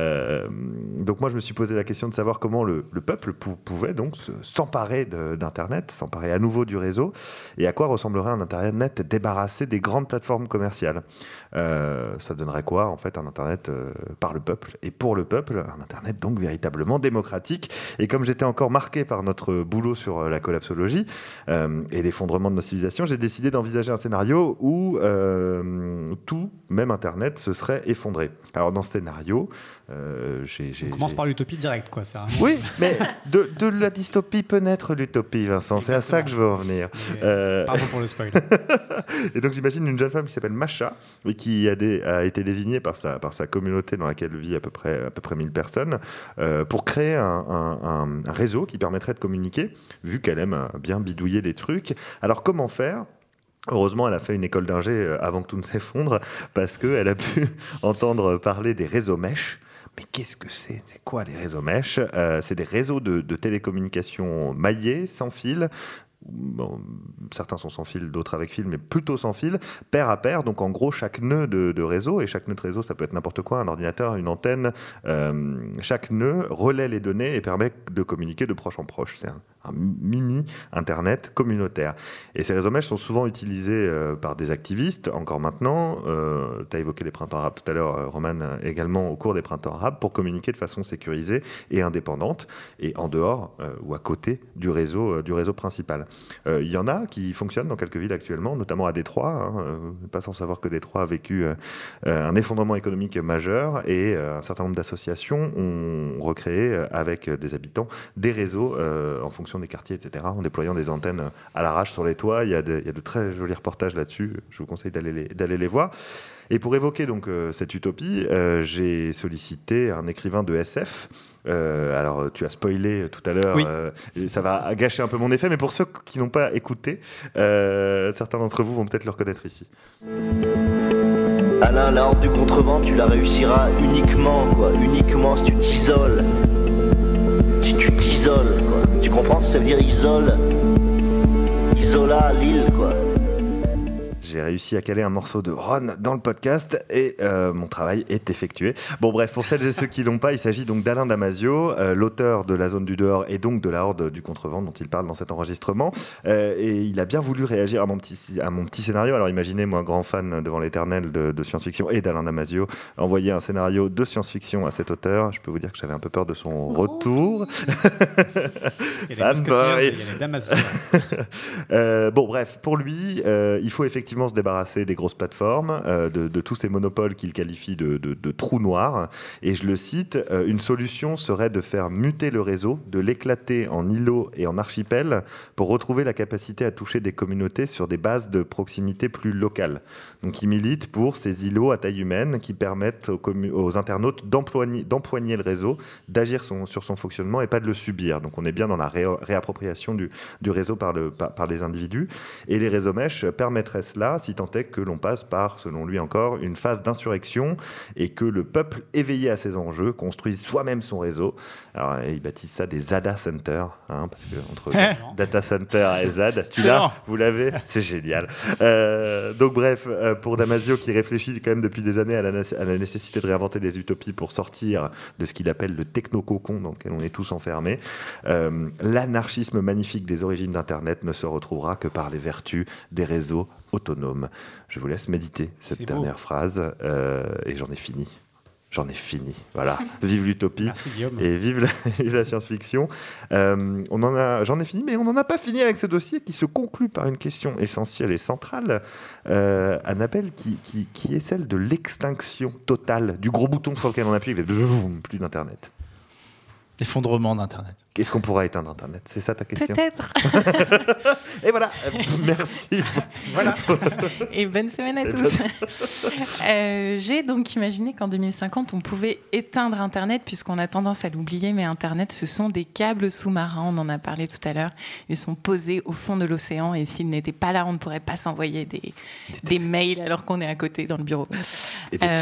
B: Donc moi, je me suis posé la question de savoir comment le peuple pouvait donc s'emparer d'Internet, s'emparer à nouveau du réseau, et à quoi ressemblerait un Internet débarrassé des grandes plateformes commerciales. Ça donnerait quoi, en fait, un Internet par le peuple et pour le peuple, un Internet donc véritablement démocratique. Et comme j'étais encore marqué par notre boulot sur la collapsologie et l'effondrement de nos civilisations, j'ai décidé d'envisager un scénario où tout, même Internet, se serait effondré. Alors dans ce scénario,
E: on commence par l'utopie directe, quoi. Ça.
B: Oui, mais de la dystopie peut naître l'utopie, Vincent. Exactement. C'est à ça que je veux en venir.
E: Pardon pour le spoil.
B: Et donc j'imagine une jeune femme qui s'appelle Masha et qui a été désignée par sa communauté dans laquelle vit à peu près 1000 personnes pour créer un réseau qui permettrait de communiquer, vu qu'elle aime bien bidouiller des trucs. Alors comment faire ? Heureusement, elle a fait une école d'ingé avant que tout ne s'effondre, parce qu'elle a pu entendre parler des réseaux mèches. Mais qu'est-ce que c'est ? C'est quoi les réseaux mèches ? C'est des réseaux de télécommunications maillés, sans fil. Bon, certains sont sans fil, d'autres avec fil, mais plutôt sans fil, pair à pair. Donc en gros, chaque nœud de réseau, et chaque nœud de réseau, ça peut être n'importe quoi, un ordinateur, une antenne, chaque nœud relaie les données et permet de communiquer de proche en proche. C'est un mini Internet communautaire. Et ces réseaux mèches sont souvent utilisés par des activistes, encore maintenant. Tu as évoqué les printemps arabes tout à l'heure, Roman, également au cours des printemps arabes, pour communiquer de façon sécurisée et indépendante, et en dehors ou à côté du réseau principal. Il y en a qui fonctionnent dans quelques villes actuellement, notamment à Détroit. Pas sans savoir que Détroit a vécu un effondrement économique majeur, et un certain nombre d'associations ont recréé avec des habitants des réseaux en fonction des quartiers, etc., en déployant des antennes à l'arrache sur les toits. Il y a de très jolis reportages là-dessus. Je vous conseille d'aller les voir. Et pour évoquer donc cette utopie, j'ai sollicité un écrivain de SF. Alors, tu as spoilé tout à l'heure.
E: Oui.
B: Ça va gâcher un peu mon effet, mais pour ceux qui n'ont pas écouté, certains d'entre vous vont peut-être le reconnaître ici.
K: Alain, la horde du contrevent, tu la réussiras uniquement si tu t'isoles. Si tu t'isoles, quoi. Tu comprends ce que ça veut dire isole ? Isola, l'île, quoi.
B: J'ai réussi à caler un morceau de Ron dans le podcast et mon travail est effectué. Bon bref, pour celles et ceux qui l'ont pas, il s'agit donc d'Alain Damasio, l'auteur de La Zone du Dehors et donc de La Horde du Contrevent dont il parle dans cet enregistrement. Et il a bien voulu réagir à mon petit scénario. Alors imaginez, moi, grand fan devant l'éternel de science-fiction et d'Alain Damasio, envoyer un scénario de science-fiction à cet auteur. Je peux vous dire que j'avais un peu peur de son retour.
E: Il y a les Damasio.
B: Bon bref, pour lui, il faut effectivement se débarrasser des grosses plateformes, de tous ces monopoles qu'il qualifie de trous noirs. Et je le cite, une solution serait de faire muter le réseau, de l'éclater en îlots et en archipels pour retrouver la capacité à toucher des communautés sur des bases de proximité plus locales. Donc il milite pour ces îlots à taille humaine qui permettent aux internautes d'empoigner le réseau, d'agir sur son fonctionnement et pas de le subir. Donc on est bien dans la réappropriation du réseau par les individus. Et les réseaux mesh permettraient cela si tant est que l'on passe par, selon lui encore, une phase d'insurrection et que le peuple éveillé à ces enjeux construise soi-même son réseau. Alors il baptise ça des ZADA Center, parce que entre data center et ZAD, vous l'avez, c'est génial. Donc bref, pour Damasio qui réfléchit quand même depuis des années à la nécessité de réinventer des utopies pour sortir de ce qu'il appelle le techno-cocon dans lequel on est tous enfermés, l'anarchisme magnifique des origines d'Internet ne se retrouvera que par les vertus des réseaux autonomes. Je vous laisse méditer cette dernière phrase et j'en ai fini. Voilà. Vive l'utopie.
E: Merci, Guillaume.
B: Et vive la science-fiction. J'en ai fini, mais on n'en a pas fini avec ce dossier qui se conclut par une question essentielle et centrale, Annabelle, qui est celle de l'extinction totale du gros bouton sur lequel on appuie, plus d'Internet.
F: Effondrement d'Internet.
B: Est-ce qu'on pourra éteindre Internet ? C'est ça ta question ?
A: Peut-être.
B: Et voilà. Merci.
A: Voilà. Et bonne semaine à tous. J'ai donc imaginé qu'en 2050, on pouvait éteindre Internet, puisqu'on a tendance à l'oublier, mais Internet, ce sont des câbles sous-marins. On en a parlé tout à l'heure. Ils sont posés au fond de l'océan, et s'ils n'étaient pas là, on ne pourrait pas s'envoyer des mails alors qu'on est à côté dans le bureau.
B: Et des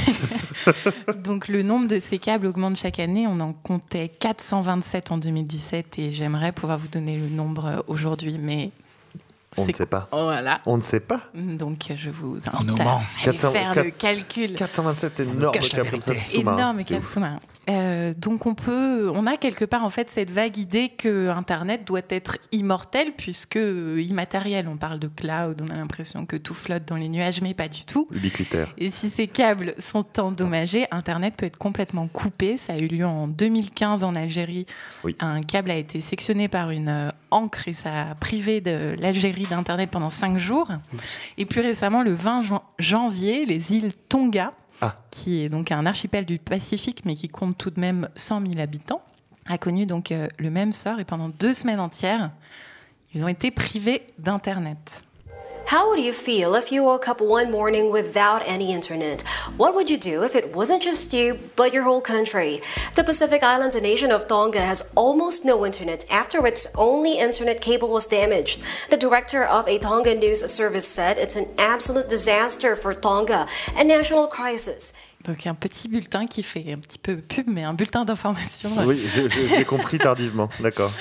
B: chats.
A: Donc le nombre de ces câbles augmente chaque année. On en comptait 427 en 2017 et j'aimerais pouvoir vous donner le nombre aujourd'hui, mais
B: on ne sait pas.
A: Voilà.
B: On ne sait pas.
A: Donc je vous invite à aller faire le calcul.
B: 427 énormes câbles comme ça sous-marins.
A: Énormes câbles sous-marins. Donc on a quelque part en fait cette vague idée que Internet doit être immortel puisque immatériel. On parle de cloud, on a l'impression que tout flotte dans les nuages, mais pas du tout.
B: Ubiquitaire.
A: Et si ces câbles sont endommagés, Internet peut être complètement coupé. Ça a eu lieu en 2015 en Algérie.
B: Oui.
A: Un câble a été sectionné par une ancre et ça a privé de l'Algérie d'Internet pendant 5 jours. Et plus récemment, le 20 janvier, les îles Tonga, qui est donc un archipel du Pacifique, mais qui compte tout de même 100 000 habitants, a connu donc le même sort. Et pendant 2 semaines entières, ils ont été privés d'Internet.
L: How would you feel if you woke up one morning without any internet? What would you do if it wasn't just you, but your whole country? The Pacific Island nation of Tonga has almost no internet after its only internet cable was damaged. The director of a Tonga news service said it's an absolute disaster for Tonga, a national crisis.
A: Donc un petit bulletin qui fait un petit peu pub, mais un bulletin d'information.
B: Oui, j'ai compris tardivement, d'accord.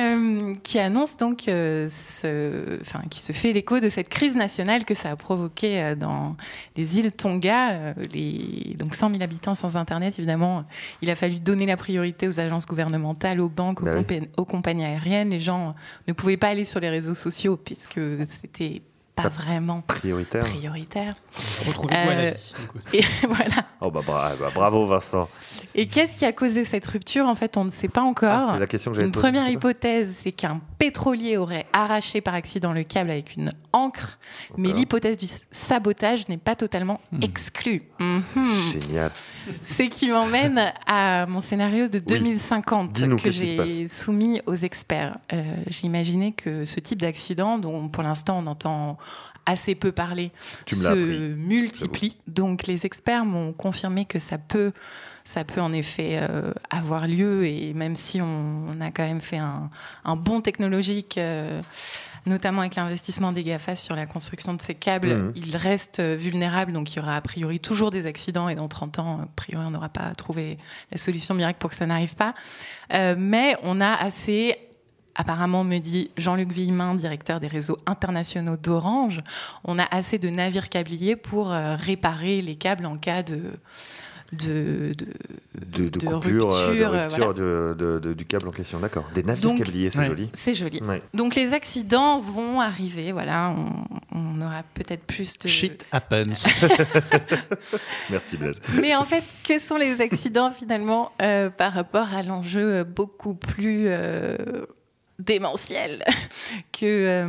A: Qui annonce donc, qui se fait l'écho de cette crise nationale que ça a provoqué dans les îles Tonga. Donc 100 000 habitants sans Internet, évidemment. Il a fallu donner la priorité aux agences gouvernementales, aux banques, aux compagnies aériennes. Les gens ne pouvaient pas aller sur les réseaux sociaux puisque c'était pas vraiment prioritaire.
E: Retrouvez-vous à la vie.
A: Et voilà.
B: Oh bravo Vincent.
A: Et qu'est-ce qui a causé cette rupture ? En fait, on ne sait pas encore.
B: C'est la question que j'avais posée.
A: Une première hypothèse, c'est qu'un pétrolier aurait arraché par accident le câble avec une ancre, mais l'hypothèse du sabotage n'est pas totalement exclue.
B: Génial.
A: Ce qui m'emmène à mon scénario de 2050 que j'ai soumis aux experts. J'imaginais que ce type d'accident, dont pour l'instant on entend assez peu parler, se multiplie. Donc les experts m'ont confirmé que ça peut en effet avoir lieu, et même si on a quand même fait un bond technologique, notamment avec l'investissement des GAFA sur la construction de ces câbles, ils restent vulnérables, donc il y aura a priori toujours des accidents, et dans 30 ans, a priori, on n'aura pas trouvé la solution miracle pour que ça n'arrive pas. Mais on a assez apparemment, me dit Jean-Luc Villemin, directeur des réseaux internationaux d'Orange, on a assez de navires câbliers pour réparer les câbles en cas de
B: coupure,
A: rupture
B: du câble en question. D'accord. Des navires câbliers, c'est joli.
A: C'est joli.
B: Ouais.
A: Donc les accidents vont arriver. Voilà, on aura peut-être plus de...
F: Shit happens.
B: Merci Blaise.
A: Mais en fait, que sont les accidents finalement par rapport à l'enjeu beaucoup plus démentiel qu'est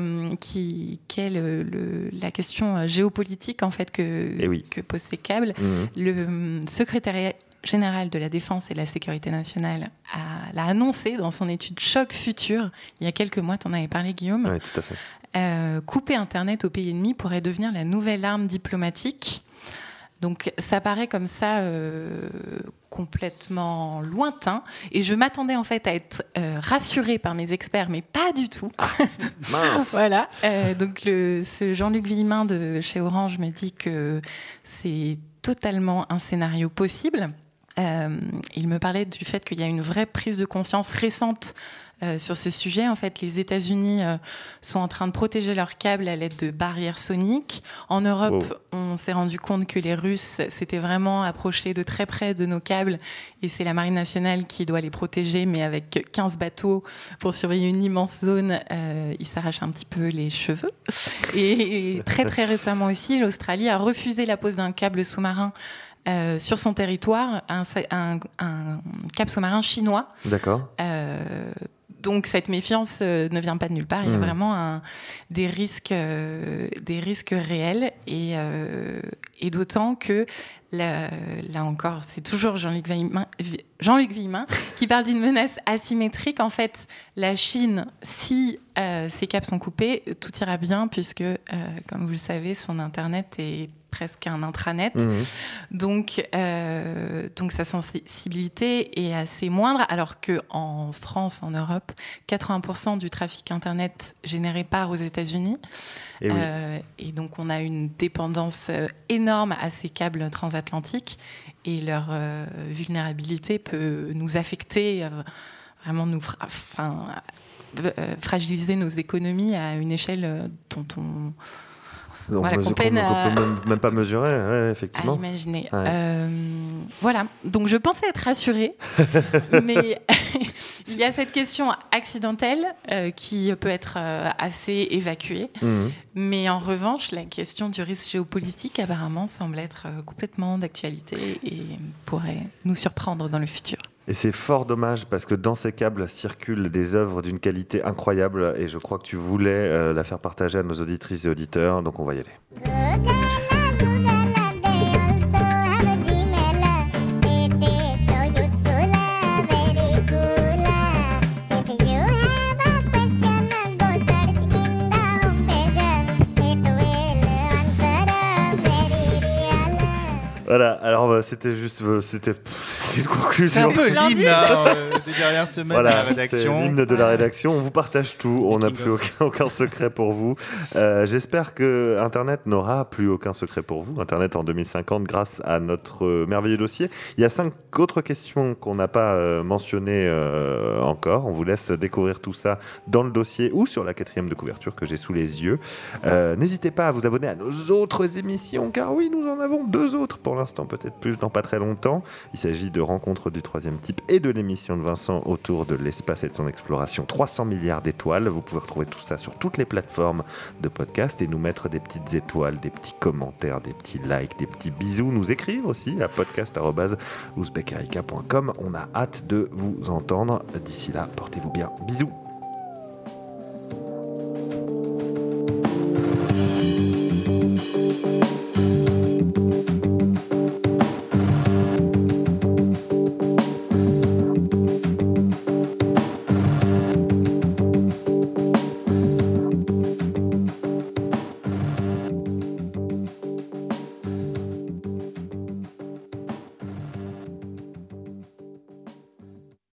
A: la question géopolitique en fait que posent ces câbles. Le secrétariat général de la Défense et de la Sécurité nationale l'a annoncé dans son étude Choc Futur il y a quelques mois. T'en avais parlé, Guillaume.
B: Oui, tout à fait.
A: Couper Internet au pays ennemi pourrait devenir la nouvelle arme diplomatique. Donc ça paraît comme ça complètement lointain. Et je m'attendais en fait à être rassurée par mes experts, mais pas du tout.
B: Ah, mince.
A: Voilà. Donc ce Jean-Luc Villemin de chez Orange me dit que c'est totalement un scénario possible. Il me parlait du fait qu'il y a une vraie prise de conscience récente sur ce sujet. En fait, les États-Unis sont en train de protéger leurs câbles à l'aide de barrières soniques. En Europe, on s'est rendu compte que les Russes s'étaient vraiment approchés de très près de nos câbles et c'est la Marine nationale qui doit les protéger, mais avec 15 bateaux pour surveiller une immense zone, ils s'arrachent un petit peu les cheveux. Et très très récemment aussi, l'Australie a refusé la pose d'un câble sous-marin sur son territoire, un câble sous-marin chinois.
B: D'accord.
A: Donc cette méfiance ne vient pas de nulle part. Il y a vraiment des risques réels et d'autant que là encore, c'est toujours Jean-Luc Villemin qui parle d'une menace asymétrique. En fait, la Chine, si ses câbles sont coupés, tout ira bien puisque, comme vous le savez, son Internet est presque un intranet. Donc sa sensibilité est assez moindre, alors qu'en France, en Europe, 80% du trafic Internet généré part aux États-Unis. Et donc on a une dépendance énorme à ces câbles transatlantiques et leur vulnérabilité peut nous affecter, vraiment nous fragiliser nos économies à une échelle dont on...
B: Donc, voilà, qu'on peut même pas mesurer, effectivement.
A: À imaginer. Voilà, donc je pensais être rassurée, mais il y a cette question accidentelle qui peut être assez évacuée. Mais en revanche, la question du risque géopolitique apparemment semble être complètement d'actualité et pourrait nous surprendre dans le futur.
B: Et c'est fort dommage parce que dans ces câbles circulent des œuvres d'une qualité incroyable et je crois que tu voulais la faire partager à nos auditrices et auditeurs, donc on va y aller. Voilà, alors c'était juste, c'était une conclusion.
F: C'est un peu l'hymne des dernières semaines de la rédaction.
B: C'est l'hymne de la rédaction. On vous partage tout, on n'a plus aucun secret pour vous. J'espère que Internet n'aura plus aucun secret pour vous. Internet en 2050, grâce à notre merveilleux dossier. Il y a 5 autres questions qu'on n'a pas mentionnées encore. On vous laisse découvrir tout ça dans le dossier ou sur la 4e de couverture que j'ai sous les yeux. N'hésitez pas à vous abonner à nos autres émissions, car oui, nous en avons 2 autres pour l'instant, peut-être plus dans pas très longtemps. Il s'agit de Rencontres du 3e type et de l'émission de Vincent autour de l'espace et de son exploration. 300 milliards d'étoiles. Vous pouvez retrouver tout ça sur toutes les plateformes de podcast et nous mettre des petites étoiles, des petits commentaires, des petits likes, des petits bisous. Nous écrire aussi à podcast@ouzbekerika.com. On a hâte de vous entendre. D'ici là, portez-vous bien. Bisous.